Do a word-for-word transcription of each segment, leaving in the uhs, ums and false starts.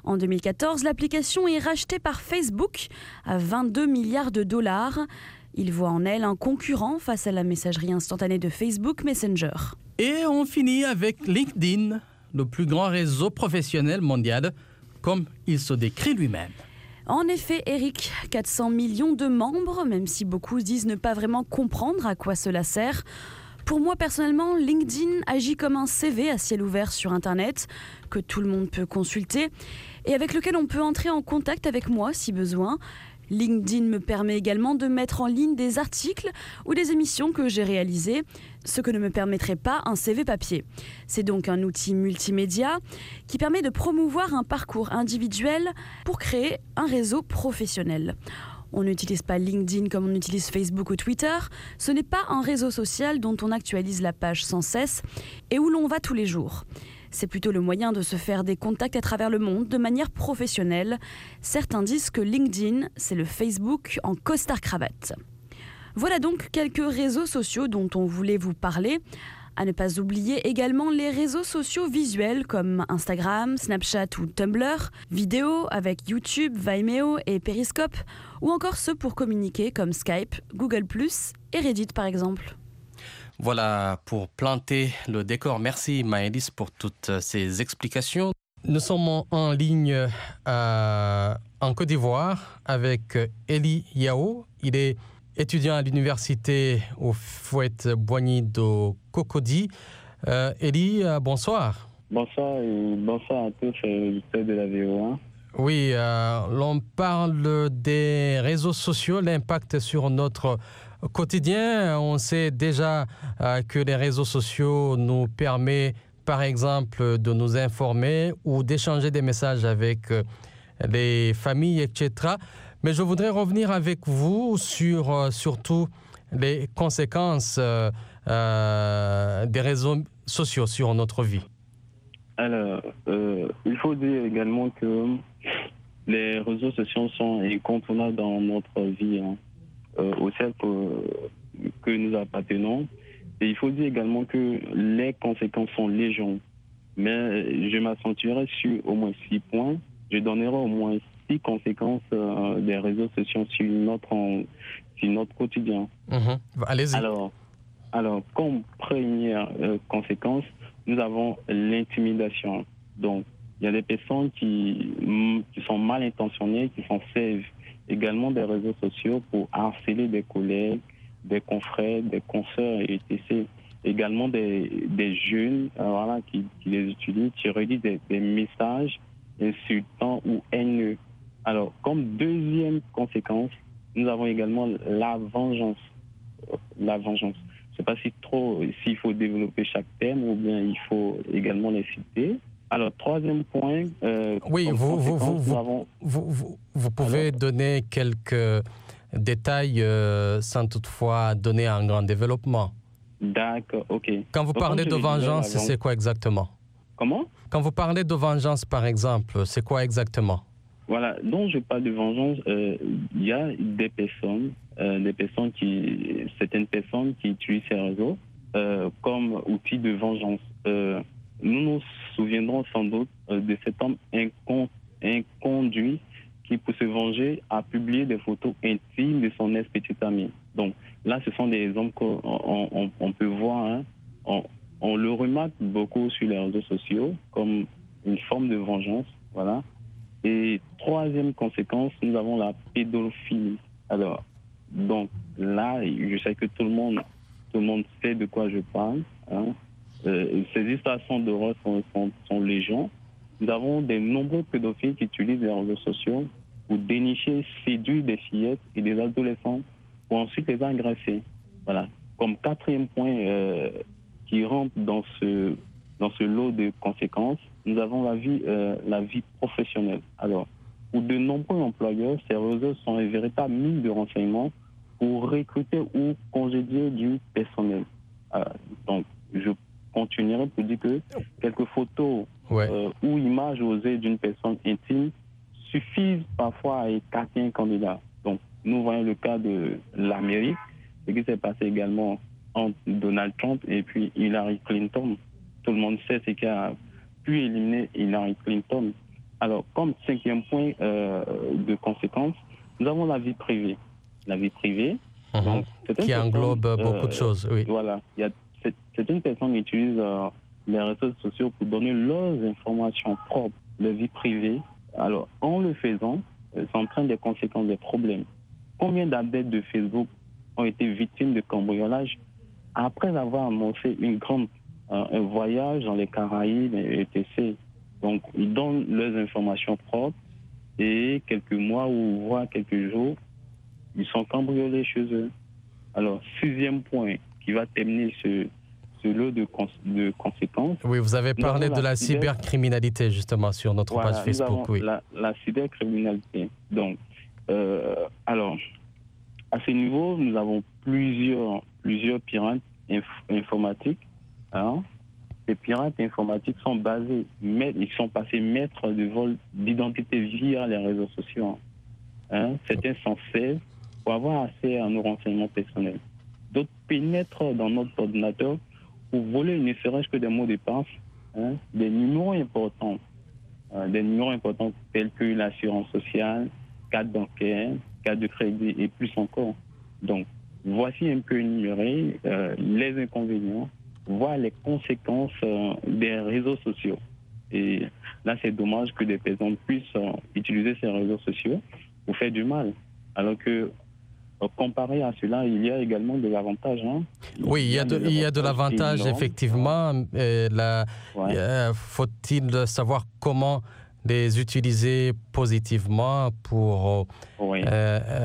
En deux mille quatorze, l'application est rachetée par Facebook à vingt-deux milliards de dollars. Il voit en elle un concurrent face à la messagerie instantanée de Facebook Messenger. Et on finit avec LinkedIn, le plus grand réseau professionnel mondial, comme il se décrit lui-même. En effet, Eric, quatre cents millions de membres, même si beaucoup disent ne pas vraiment comprendre à quoi cela sert. Pour moi, personnellement, LinkedIn agit comme un C V à ciel ouvert sur Internet, que tout le monde peut consulter, et avec lequel on peut entrer en contact avec moi si besoin. LinkedIn me permet également de mettre en ligne des articles ou des émissions que j'ai réalisées, ce que ne me permettrait pas un C V papier. C'est donc un outil multimédia qui permet de promouvoir un parcours individuel pour créer un réseau professionnel. On n'utilise pas LinkedIn comme on utilise Facebook ou Twitter. Ce n'est pas un réseau social dont on actualise la page sans cesse et où l'on va tous les jours. C'est plutôt le moyen de se faire des contacts à travers le monde de manière professionnelle. Certains disent que LinkedIn, c'est le Facebook en costard-cravate. Voilà donc quelques réseaux sociaux dont on voulait vous parler. À ne pas oublier également les réseaux sociaux visuels comme Instagram, Snapchat ou Tumblr, vidéo avec YouTube, Vimeo et Periscope, ou encore ceux pour communiquer comme Skype, Google plus, et Reddit par exemple. Voilà pour planter le décor. Merci Maëlys pour toutes ces explications. Nous sommes en ligne euh, en Côte d'Ivoire avec Eli Yao. Il est étudiant à l'université au Houphouët-Boigny de Cocody. Euh, Eli, euh, bonsoir. Bonsoir et bonsoir à tous les auditeurs de la V O un. Oui, euh, l'on parle des réseaux sociaux, l'impact sur notre quotidien. On sait déjà euh, que les réseaux sociaux nous permettent, par exemple, de nous informer ou d'échanger des messages avec euh, les familles, et cetera. Mais je voudrais revenir avec vous sur euh, surtout les conséquences euh, euh, des réseaux sociaux sur notre vie. Alors, euh, il faut dire également que les réseaux sociaux sont incontournables dans notre vie, hein, euh, au celle que, que nous appartenons. Et il faut dire également que les conséquences sont légion. Mais je m'accentuerai sur au moins six points. Je donnerai au moins six conséquences euh, des réseaux sociaux sur notre, sur notre quotidien. Mmh. Allez-y. Alors, alors comme première euh, conséquence, nous avons l'intimidation. Donc, il y a des personnes qui, qui sont mal intentionnées, qui s'en servent également des réseaux sociaux pour harceler des collègues, des confrères, des consoeurs et et cetera. Également des, des jeunes euh, voilà, qui, qui les utilisent, qui redisent des, des messages insultants ou haineux. Alors, comme deuxième conséquence, nous avons également la vengeance. La vengeance. Je ne sais pas si trop, s'il faut développer chaque thème ou bien il faut également les citer. Alors, troisième point. Euh, oui, vous, vous, vous, vous, avons... vous, vous, vous pouvez Alors, donner quelques détails euh, sans toutefois donner un grand développement. D'accord, ok. Quand vous Donc, parlez de vengeance, c'est quoi exactement? Comment? Quand vous parlez de vengeance, par exemple, c'est quoi exactement? Voilà, donc je parle de vengeance. Euh, il y a des personnes, euh, des personnes qui, certaines personnes qui utilisent ces réseaux euh, comme outil de vengeance. Euh, nous nous souviendrons sans doute euh, de cet homme incon, inconduit qui, pour se venger, a publié des photos intimes de son ex-petite amie. Donc là, ce sont des hommes qu'on on, on peut voir. Hein, on, on le remarque beaucoup sur les réseaux sociaux comme une forme de vengeance. Voilà. Et troisième conséquence, nous avons la pédophilie. Alors, donc là, je sais que tout le monde, tout le monde sait de quoi je parle. Hein. Euh, ces histoires d'horreur sont, sont, sont légion. Nous avons de nombreux pédophiles qui utilisent les réseaux sociaux pour dénicher, séduire des fillettes et des adolescents pour ensuite les agresser. Voilà. Comme quatrième point euh, qui rentre dans ce, dans ce lot de conséquences, nous avons la vie, euh, la vie professionnelle. Alors, pour de nombreux employeurs, ces réseaux sont une véritable mine de renseignements pour recruter ou congédier du personnel. Euh, donc, je continuerai pour dire que quelques photos ouais. euh, ou images osées d'une personne intime suffisent parfois à écarter un candidat. Donc, nous voyons le cas de l'Amérique, ce qui s'est passé également entre Donald Trump et puis Hillary Clinton. Tout le monde sait ce qui a pu éliminer Hillary Clinton. Alors, comme cinquième point euh, de conséquence, nous avons la vie privée. La vie privée, Mmh. donc, qui englobe euh, beaucoup de choses. Oui. Voilà. Il y a, c'est, certaines personnes utilisent euh, les réseaux sociaux pour donner leurs informations propres, leur vie privée. Alors, en le faisant, euh, ça entraîne des conséquences, des problèmes. Combien d'adeptes de Facebook ont été victimes de cambriolage après avoir annoncé une grande, euh, un voyage dans les Caraïbes, et cetera. Donc, ils donnent leurs informations propres et quelques mois ou voire quelques jours, ils sont cambriolés chez eux. Alors, sixième point qui va terminer ce, ce lot de, cons- de conséquences. Oui, vous avez parlé de la, la cyber... cybercriminalité justement sur notre voilà, page Facebook. Oui. La, la cybercriminalité. Donc, euh, alors, à ce niveau, nous avons plusieurs, plusieurs pirates inf- informatiques. Hein. Ces pirates informatiques sont basés, ils sont passés maîtres de vol d'identité via les réseaux sociaux. Hein. Certains s'en servent pour avoir accès à nos renseignements personnels. D'autres pénètrent dans notre ordinateur pour voler ne serait-ce que des mots de passe, hein, des numéros importants, euh, des numéros importants tels que l'assurance sociale, carte bancaire, carte de crédit et plus encore. Donc, voici un peu énuméré euh, les inconvénients, voire les conséquences euh, des réseaux sociaux. Et là, c'est dommage que des personnes puissent euh, utiliser ces réseaux sociaux pour faire du mal, alors que comparé à cela, il y a également de l'avantage. Hein. Oui, il y a de, il y a de l'avantage, énormes. Effectivement. Euh, la, ouais. euh, faut-il savoir comment les utiliser positivement pour oui. euh,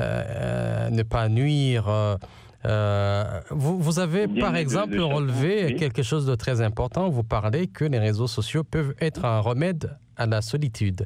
euh, ne pas nuire. Euh, vous, vous avez, Bien par exemple, de, de relevé oui. quelque chose de très important. Vous parlez que les réseaux sociaux peuvent être un remède à la solitude.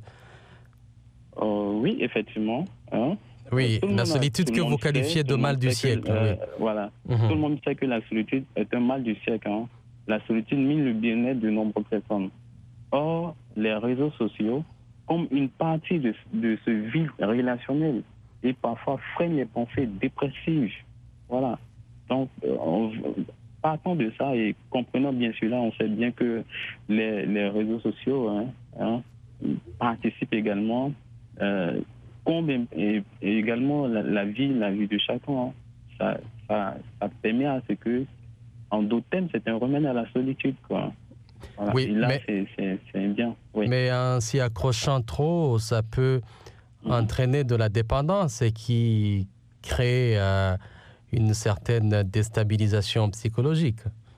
Euh, oui, effectivement. Hein. Oui, la solitude a, que vous qualifiez sait, de mal du siècle. Que, euh, oui. Voilà. Mm-hmm. Tout le monde sait que la solitude est un mal du siècle. Hein. La solitude mine le bien-être de nombreuses personnes. Or, les réseaux sociaux, comme une partie de, de ce vide relationnel, et parfois freinent les pensées dépressives. Voilà. Donc, euh, on, partant de ça et comprenant bien cela, on sait bien que les, les réseaux sociaux hein, hein, participent également. Euh, Combien, et, et également la, la vie, la vie de chacun, hein. ça, ça, ça permet à ce que, en d'autres termes, c'est un remède à la solitude, quoi. Voilà. Oui, et là, mais, c'est, c'est, c'est bien. Oui. Mais en s'y accrochant trop, ça peut mmh. entraîner de la dépendance et qui crée euh, une certaine déstabilisation psychologique.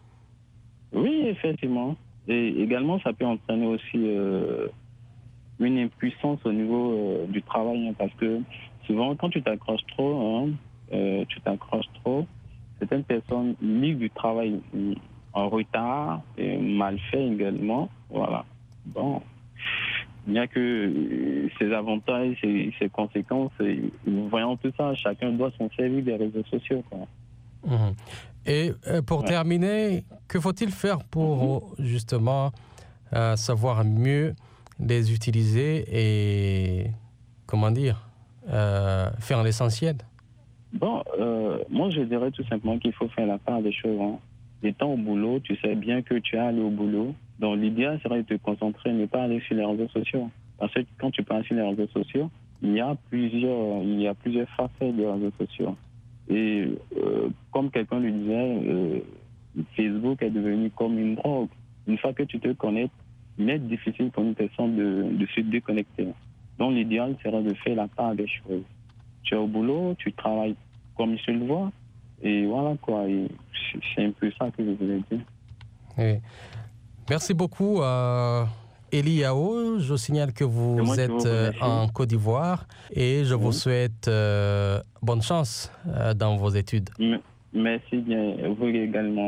Oui, effectivement. Et également, ça peut entraîner aussi euh, une impuissance au niveau euh, du travail, hein, parce que souvent, quand tu t'accroches trop, hein, euh, tu t'accroches trop, certaines personnes livrent du travail en retard et mal fait également. Voilà. Bon, bien que euh, ces avantages, ces, ces conséquences, et, voyant tout ça, chacun doit s'en servir des réseaux sociaux, quoi. Mmh. Et euh, pour ouais. terminer, que faut-il faire pour mmh. justement euh, savoir mieux les utiliser et, comment dire, euh, faire l'essentiel? Bon, euh, moi je dirais tout simplement qu'il faut faire la part des choses. Hein. Étant au boulot, tu sais bien que tu es allé au boulot. Donc l'idéal serait de te concentrer, ne pas aller sur les réseaux sociaux. Parce que quand tu passes sur les réseaux sociaux, il y a plusieurs, il y a plusieurs facettes des réseaux sociaux. Et euh, comme quelqu'un le disait, euh, Facebook est devenu comme une drogue. Une fois que tu te connectes, il est difficile pour une personne de, de se déconnecter. Donc l'idéal serait de faire la part des choses. Tu es au boulot, tu travailles comme il se le voit, et voilà quoi. Et c'est un peu ça que je voulais dire. Oui. Merci beaucoup, euh, Eli Yao. Je signale que vous moi, êtes vous en Côte d'Ivoire et je oui. vous souhaite euh, bonne chance euh, dans vos études. M- merci bien, vous également.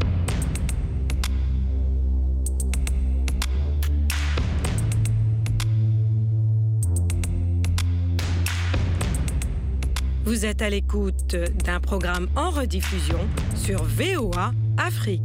Vous êtes à l'écoute d'un programme en rediffusion sur V O A Afrique.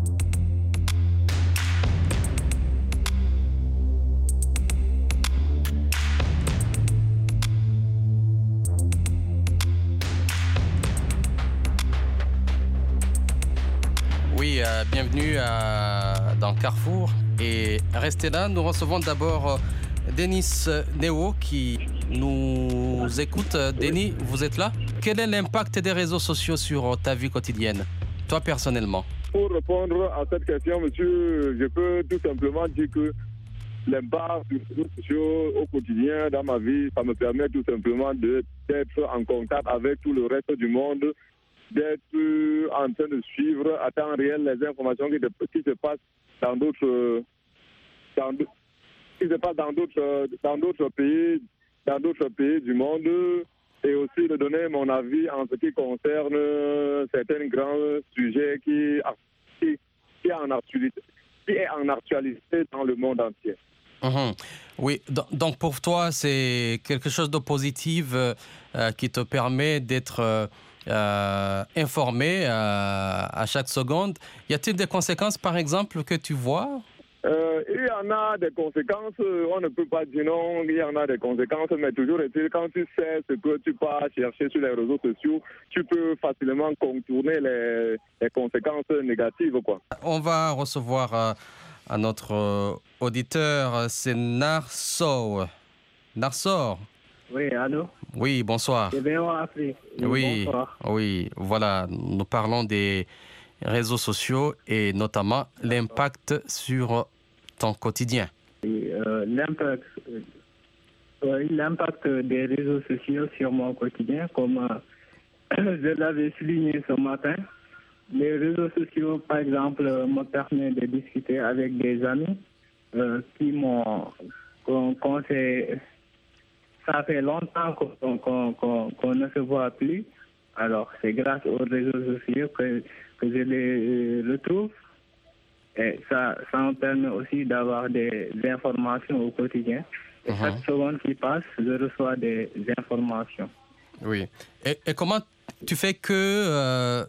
Oui, euh, bienvenue à, dans Carrefour. Et restez là, nous recevons d'abord Denis Néo qui nous écoute. Denis, vous êtes là? Quel est l'impact des réseaux sociaux sur ta vie quotidienne, toi personnellement? Pour répondre à cette question, monsieur, je peux tout simplement dire que l'impact des réseaux sociaux au quotidien dans ma vie, ça me permet tout simplement de, d'être en contact avec tout le reste du monde, d'être en train de suivre à temps réel les informations qui, de, qui se passent dans d'autres, dans, qui se passent dans d'autres, dans d'autres pays, dans d'autres pays du monde, et aussi de donner mon avis en ce qui concerne certains grands sujets qui, qui, qui, est, en actualité, qui est en actualité dans le monde entier. Mmh. Oui, donc pour toi, c'est quelque chose de positif euh, qui te permet d'être euh, euh, informé euh, à chaque seconde. Y a-t-il des conséquences, par exemple, que tu vois? Euh, il y en a des conséquences, on ne peut pas dire non, il y en a des conséquences, mais toujours est-il, quand tu sais ce que tu vas chercher sur les réseaux sociaux, tu peux facilement contourner les, les conséquences négatives, quoi. On va recevoir euh, à notre euh, auditeur, c'est Narso. Narso. Oui, allô? Oui, bonsoir. C'est V O A Afrique. Oui, bonsoir. oui, voilà, nous parlons des réseaux sociaux et notamment l'impact sur ton quotidien. Et, euh, l'impact, euh, l'impact des réseaux sociaux sur mon quotidien, comme euh, je l'avais souligné ce matin, les réseaux sociaux, par exemple, me permettent de discuter avec des amis euh, qui m'ont... Qu'on, qu'on s'est, ça fait longtemps qu'on, qu'on, qu'on, qu'on ne se voit plus. Alors, c'est grâce aux réseaux sociaux que que je les retrouve. Et ça, ça me permet aussi d'avoir des, des informations au quotidien. Et uh-huh. chaque seconde qui passe, je reçois des, des informations. Oui. Et, et comment tu fais que euh,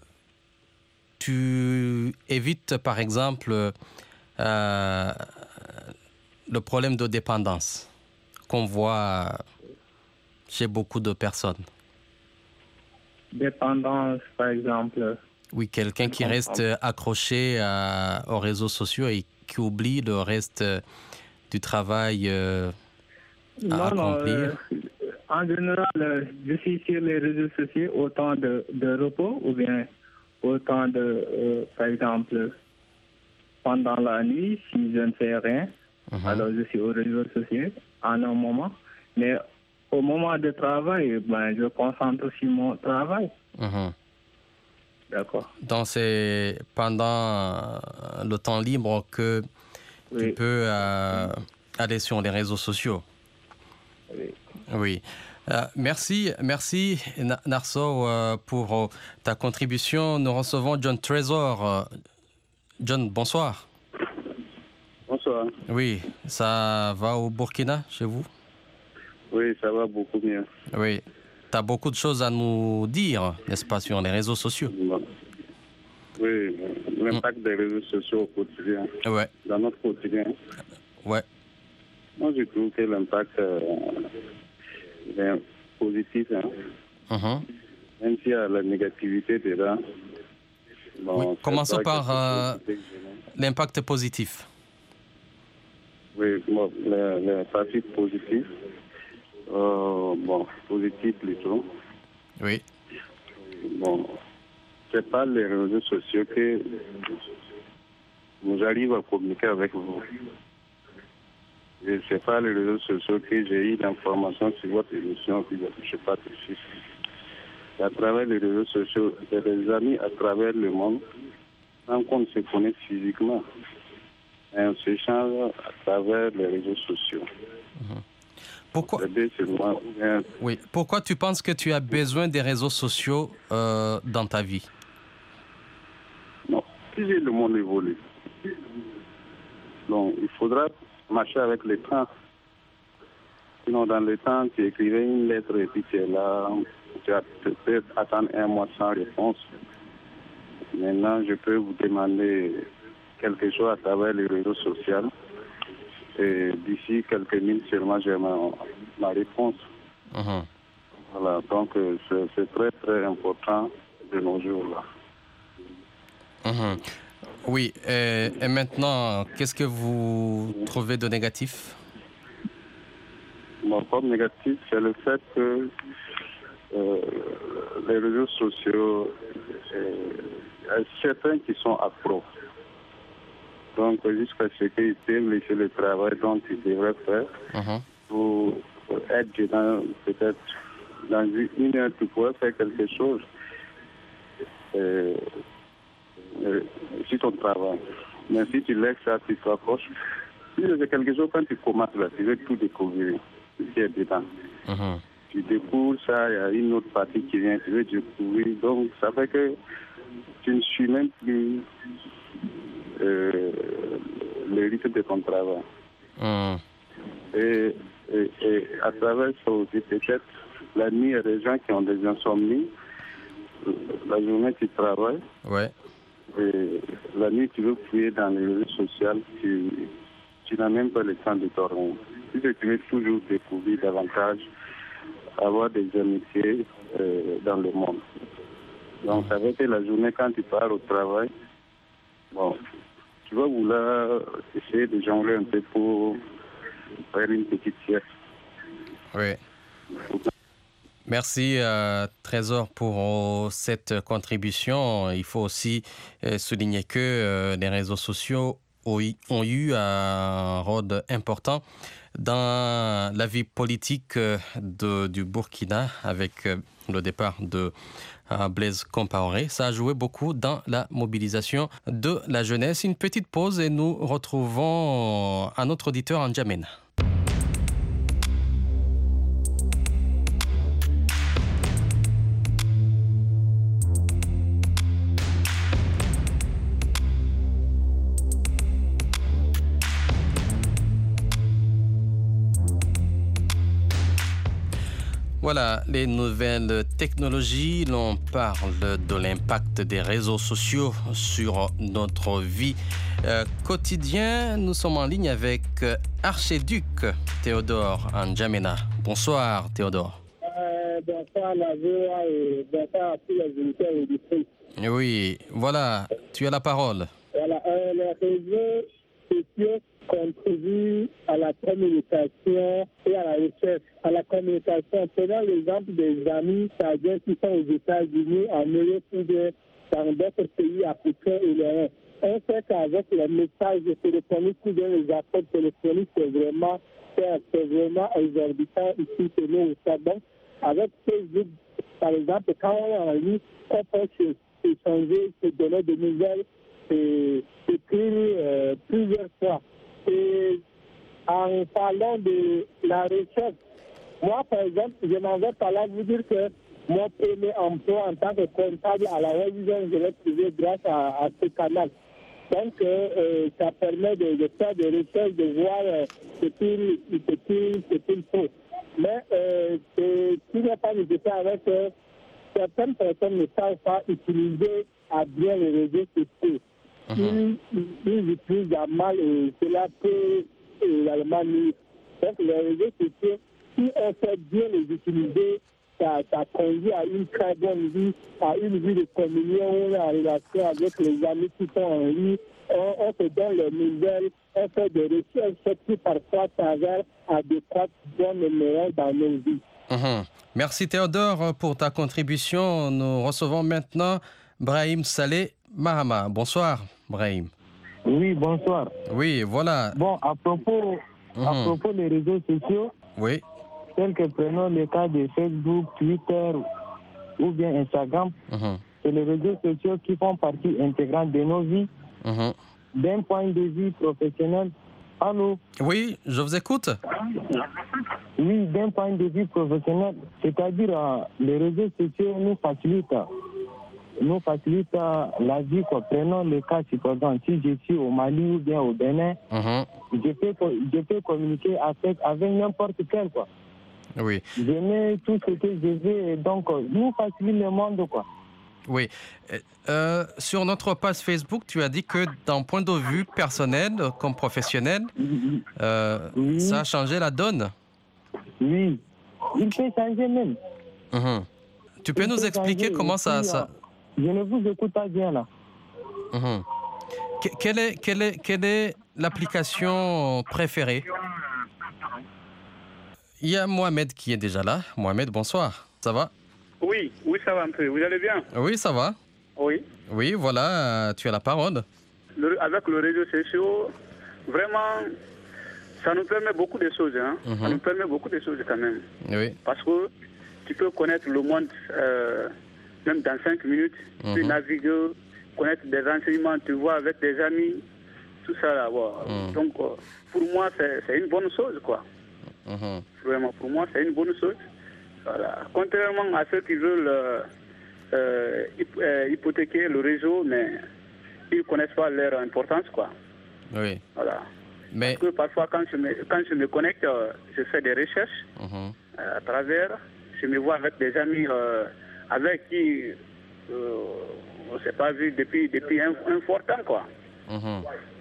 tu évites, par exemple, euh, le problème de dépendance qu'on voit chez beaucoup de personnes? Dépendance, par exemple. Oui, quelqu'un qui reste accroché à, aux réseaux sociaux et qui oublie le reste du travail euh, à non, accomplir. Non, euh, en général, je suis sur les réseaux sociaux au temps de, de repos ou bien au temps de, euh, par exemple, pendant la nuit, si je ne fais rien, uh-huh. alors je suis aux réseaux sociaux en un moment. Mais au moment de travail, ben, je concentre sur mon travail. Uh-huh. D'accord. Donc, c'est pendant le temps libre que oui. tu peux euh, aller sur les réseaux sociaux. Oui. Oui. Euh, merci, merci Narso euh, pour euh, ta contribution. Nous recevons John Trésor. Euh, John, bonsoir. Bonsoir. Oui, ça va au Burkina chez vous? Oui, ça va beaucoup mieux. Oui. Tu as beaucoup de choses à nous dire, n'est-ce pas, sur les réseaux sociaux? Oui, l'impact mmh. des réseaux sociaux au quotidien, ouais. dans notre quotidien. Ouais. Moi, je trouve que l'impact euh, est positif. Hein. Mmh. Même s'il y a la négativité dedans. Bon, oui. Commençons par euh, l'impact positif. Oui, bon, les, les parties positives. Euh, bon, positif plutôt. Oui. Bon, c'est pas les réseaux sociaux que nous arrivons à communiquer avec vous. Et c'est pas les réseaux sociaux que j'ai eu l'information sur votre émission, puis je sais pas dessus. À travers les réseaux sociaux, j'ai des amis à travers le monde, sans qu'on se connaisse physiquement. Et on s'échange à travers les réseaux sociaux. Mmh. Pourquoi... Oui. Pourquoi tu penses que tu as besoin des réseaux sociaux euh, dans ta vie? Non, si le monde évolue, donc il faudra marcher avec le temps. Sinon, dans le temps, tu écrivais une lettre et puis tu es là, tu peux attendre un mois sans réponse. Maintenant, je peux vous demander quelque chose à travers les réseaux sociaux. Et d'ici quelques minutes seulement, j'ai ma, ma réponse. Uh-huh. Voilà, donc c'est, c'est très très important de nos jours-là. Uh-huh. Oui, et, et maintenant, qu'est-ce que vous trouvez de négatif? Mon point négatif, c'est le fait que euh, les réseaux sociaux, il y a certains qui sont accros. Donc, jusqu'à ce qu'ils peuvent laisser le travail dont ils devraient faire uh-huh. pour, pour être dedans, peut-être dans une heure, tu pourrais faire quelque chose euh, euh, sur ton travail. Mais si tu laisses ça, tu t'accroches. Si c'est quelque chose, quand tu commences là, tu veux tout découvrir, ce qui est dedans. Uh-huh. Tu découvres ça, il y a une autre partie qui vient, tu veux découvrir. Donc, ça fait que tu ne suis même plus euh, le rythme de ton travail. Uh-huh. Et, et, et à travers ça aussi, peut-être, la nuit, il y a des gens qui ont des insomnies. La journée, tu travailles. Ouais. Et la nuit, tu veux fouiller dans les réseaux sociaux, tu, tu n'as même pas le temps de dormir. Si tu veux toujours découvrir davantage, avoir des amitiés euh, dans le monde. Donc, ça veut dire la journée, quand tu pars au travail, bon, tu vas vouloir essayer de jongler un peu pour faire une petite sieste. Oui. Merci euh, Trésor pour euh, cette contribution. Il faut aussi euh, souligner que euh, les réseaux sociaux ont, ont eu un rôle important dans la vie politique de, du Burkina avec euh, le départ de euh, Blaise Compaoré. Ça a joué beaucoup dans la mobilisation de la jeunesse. Une petite pause et nous retrouvons un autre auditeur en N'Djamena. Voilà, les nouvelles technologies, l'on parle de l'impact des réseaux sociaux sur notre vie euh, quotidienne. Nous sommes en ligne avec euh, Archiduc Théodore en N'Djamena. Bonsoir Théodore. Euh, bonsoir la V O A et bonsoir à tous les auditeurs et auditrices. Oui, voilà, tu as la parole. Voilà, euh, les réseaux sociaux contribuent à la communication et à la recherche. À la communication, prenons l'exemple des amis canadiens qui sont aux États-Unis, en Europe ou dans d'autres pays africains et l'Europe. On sait qu'avec les messages téléphoniques ou bien les appels téléphoniques, c'est vraiment, c'est vraiment exorbitant ici chez nous au Québec. Avec Facebook, par exemple, quand on est en ligne, on peut échanger, se donner des nouvelles et écrire euh, plusieurs fois. Et en parlant de la recherche, moi, par exemple, je m'en vais par là vous dire que mon premier emploi en tant que comptable à la révision, je l'ai trouvé grâce à, à ce canal. Donc, euh, ça permet de, de faire des recherches, de voir euh, ce qu'il ce qu'il faut. Mais euh, ce qui n'est pas nécessaire avec euh, certaines personnes ne savent pas utiliser à bien les réseaux sociaux. Uh-huh. Ils, ils utilisent à mal et cela peut également nuire. Donc, les réseaux sociaux, si on fait bien les utiliser, ça, ça conduit à une très bonne vie, à une vie de communion, on est en relation avec les amis qui sont en ligne, on, on se donne les nouvelles, on fait des recherches qui parfois s'avèrent adéquates, bonnes et meilleures dans nos vies. Uh-huh. Merci Théodore pour ta contribution. Nous recevons maintenant Brahim Saleh Mahama. Bonsoir Brahim. Oui, bonsoir. Oui, voilà. Bon, à propos, uh-huh. à propos des réseaux sociaux, oui. tels que prenons le cas de Facebook, Twitter ou bien Instagram, uh-huh. c'est les réseaux sociaux qui font partie intégrante de nos vies. Uh-huh. D'un point de vue professionnel. Allô? Oui, je vous écoute. Oui, d'un point de vue professionnel, c'est-à-dire euh, les réseaux sociaux nous facilitent, nous facilitent la vie. Quoi. Prenons le cas supposant, si je suis au Mali ou bien au Bénin, uh-huh. je, peux, je peux communiquer avec, avec n'importe quel. Quoi. Oui. Je mets tout ce que je veux et donc nous facilite le monde. Quoi. Oui. Euh, sur notre page Facebook, tu as dit que d'un point de vue personnel comme professionnel, euh, oui. ça a changé la donne. Oui, il peut changer même. Uh-huh. Tu peux il nous expliquer comment ça, puis, ça... Je ne vous écoute pas bien là. Uh-huh. Que, quelle est, quelle est, quelle est l'application préférée? il y a Mohamed qui est déjà là. Mohamed, bonsoir. Ça va? Oui, oui, ça va un peu. Vous allez bien? Oui, ça va. Oui. Oui, voilà, euh, tu as la parole. Le, avec les réseaux sociaux, vraiment, ça nous permet beaucoup de choses. Hein. Mm-hmm. Ça nous permet beaucoup de choses quand même. Oui. Parce que tu peux connaître le monde euh, même dans cinq minutes. Mm-hmm. Tu peux naviguer, connaître des renseignements, tu vois avec des amis, tout ça là. Ouais. Mm. Donc, euh, pour moi, c'est, c'est une bonne chose, quoi. Mm-hmm. Vraiment, pour moi, c'est une bonne chose. Voilà. Contrairement à ceux qui veulent euh, euh, euh, hypothéquer le réseau, mais ils ne connaissent pas leur importance, quoi. Oui. Voilà. Mais... Parce que parfois, quand je me, quand je me connecte, euh, je fais des recherches mm-hmm. euh, à travers. Je me vois avec des amis euh, avec qui euh, on ne s'est pas vu depuis, depuis un, un fort temps, quoi. Mm-hmm.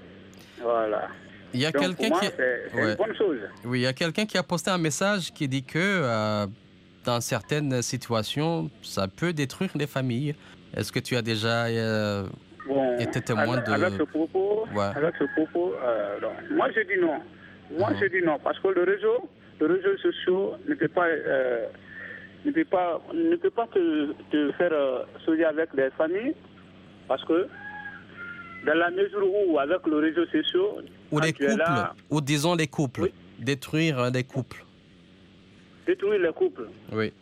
Voilà. Il y a Donc, quelqu'un pour moi, qui... c'est, c'est ouais. une bonne chose. Oui, il y a quelqu'un qui a posté un message qui dit que euh, dans certaines situations, ça peut détruire les familles. Est-ce que tu as déjà euh, bon, été témoin avec, de... Avec ce propos, ouais. avec ce propos euh, moi je dis non. Moi mmh. je dis non, parce que le réseau, le réseau social ne peut pas, euh, ne peut pas, ne peut pas te, te faire euh, sourire avec les familles, parce que dans la mesure où, avec le réseau social... Ou les couples, là, ou disons les couples, oui. détruire des couples. Détruire les couples. Oui.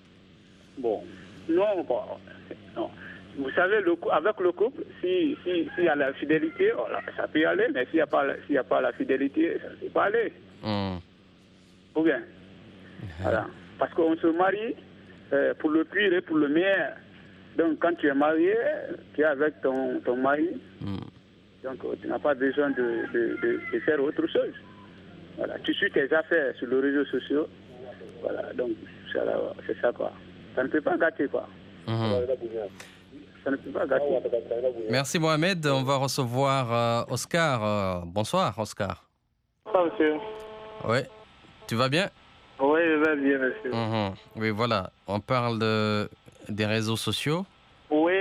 Bon, non, bon, non. Vous savez, le, avec le couple, si, si, s'il y a la fidélité, ça peut y aller, mais s'il n'y a, s'il y a pas la fidélité, ça ne peut pas aller. Mm. Ou bien. Mm-hmm. Voilà. Parce qu'on se marie euh, pour le pire et pour le meilleur. Donc, quand tu es marié, tu es avec ton, ton mari, mm. donc tu n'as pas besoin de, de, de, de faire autre chose. Voilà. Tu suis tes affaires sur les réseaux sociaux. Voilà, donc c'est, là, c'est ça, quoi. Ça ne peut pas gâter, quoi. Mm-hmm. Ça ne peut pas gâter. Merci, Mohamed. On va recevoir euh, Oscar. Euh, bonsoir, Oscar. Bonsoir, monsieur. Oui. Tu vas bien? Oui, je vais bien, monsieur. Mm-hmm. Oui, voilà. On parle de, des réseaux sociaux. Oui.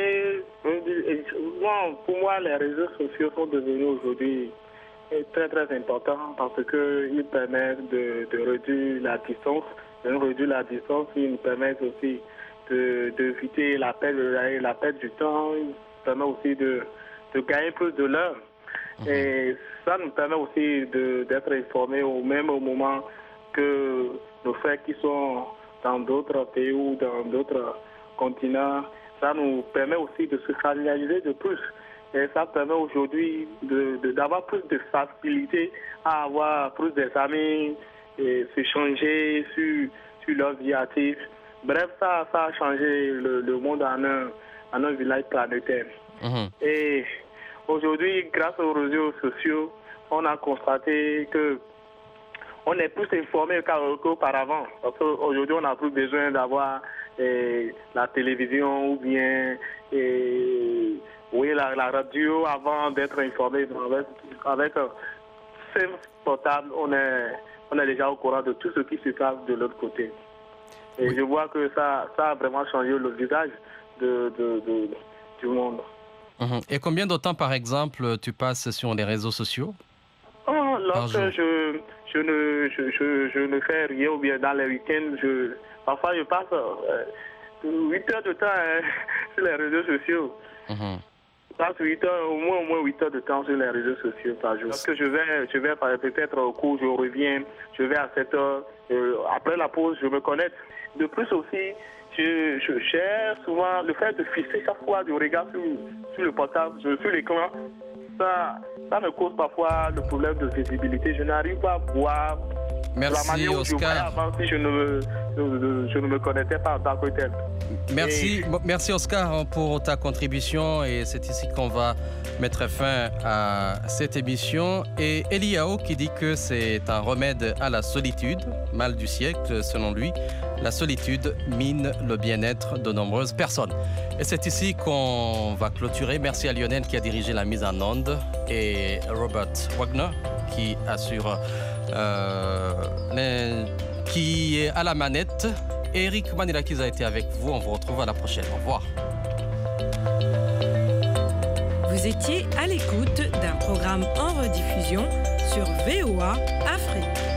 Bon, pour moi, les réseaux sociaux sont devenus aujourd'hui très, très importants parce qu'ils permettent de, de réduire la distance. De réduire la distance, ils nous permettent aussi de, d'éviter la perte, la perte du temps. Ils nous permettent aussi de, de gagner plus de l'heure. Mmh. Et ça nous permet aussi de, d'être informés au même moment que nos frères qui sont dans d'autres pays ou dans d'autres continents. Ça nous permet aussi de se familiariser de plus. Et ça permet aujourd'hui de, de, d'avoir plus de facilité à avoir plus d'amis et s'échanger sur, sur leur vie active. Bref, ça, ça a changé le, le monde en un, en un village planétaire. Mmh. Et aujourd'hui, grâce aux réseaux sociaux, on a constaté que on est plus informé qu'auparavant. Parce qu'aujourd'hui, on n'a plus besoin d'avoir eh, la télévision ou bien eh, oui, la, la radio avant d'être informé. Avec, avec un simple portable, on est, on est déjà au courant de tout ce qui se passe de l'autre côté. Et oui. Je vois que ça, ça a vraiment changé le visage de, de, de, du monde. Mmh. Et combien de temps, par exemple, tu passes sur les réseaux sociaux? Oh, lorsque je, je, ne, je, je, je ne fais rien, ou bien dans les week-ends, je, parfois je passe euh, huit heures de temps hein, sur les réseaux sociaux. Mmh. Je passe huit heures, au moins, au moins huit heures de temps sur les réseaux sociaux par jour. Lorsque je vais, je vais peut-être au cours, je reviens, je vais à sept heures. Euh, après la pause, je me connecte. De plus aussi, je, je cherche souvent le fait de fixer chaque fois du regard sur, sur le portable, sur l'écran. Ça, ça me cause parfois le problème de visibilité. Je n'arrive pas à voir Merci, la manière où Oscar. je voyais avant si je ne me, je, je ne me connectais pas en tant que tel. Merci, et... merci Oscar pour ta contribution et c'est ici qu'on va mettre fin à cette émission. Et Eliao qui dit que c'est un remède à la solitude, mal du siècle selon lui. La solitude mine le bien-être de nombreuses personnes. Et c'est ici qu'on va clôturer. Merci à Lionel qui a dirigé la mise en onde et Robert Wagner qui assure, euh, les, qui est à la manette. Et Eric Manilakis a été avec vous. On vous retrouve à la prochaine. Au revoir. Vous étiez à l'écoute d'un programme en rediffusion sur V O A Afrique.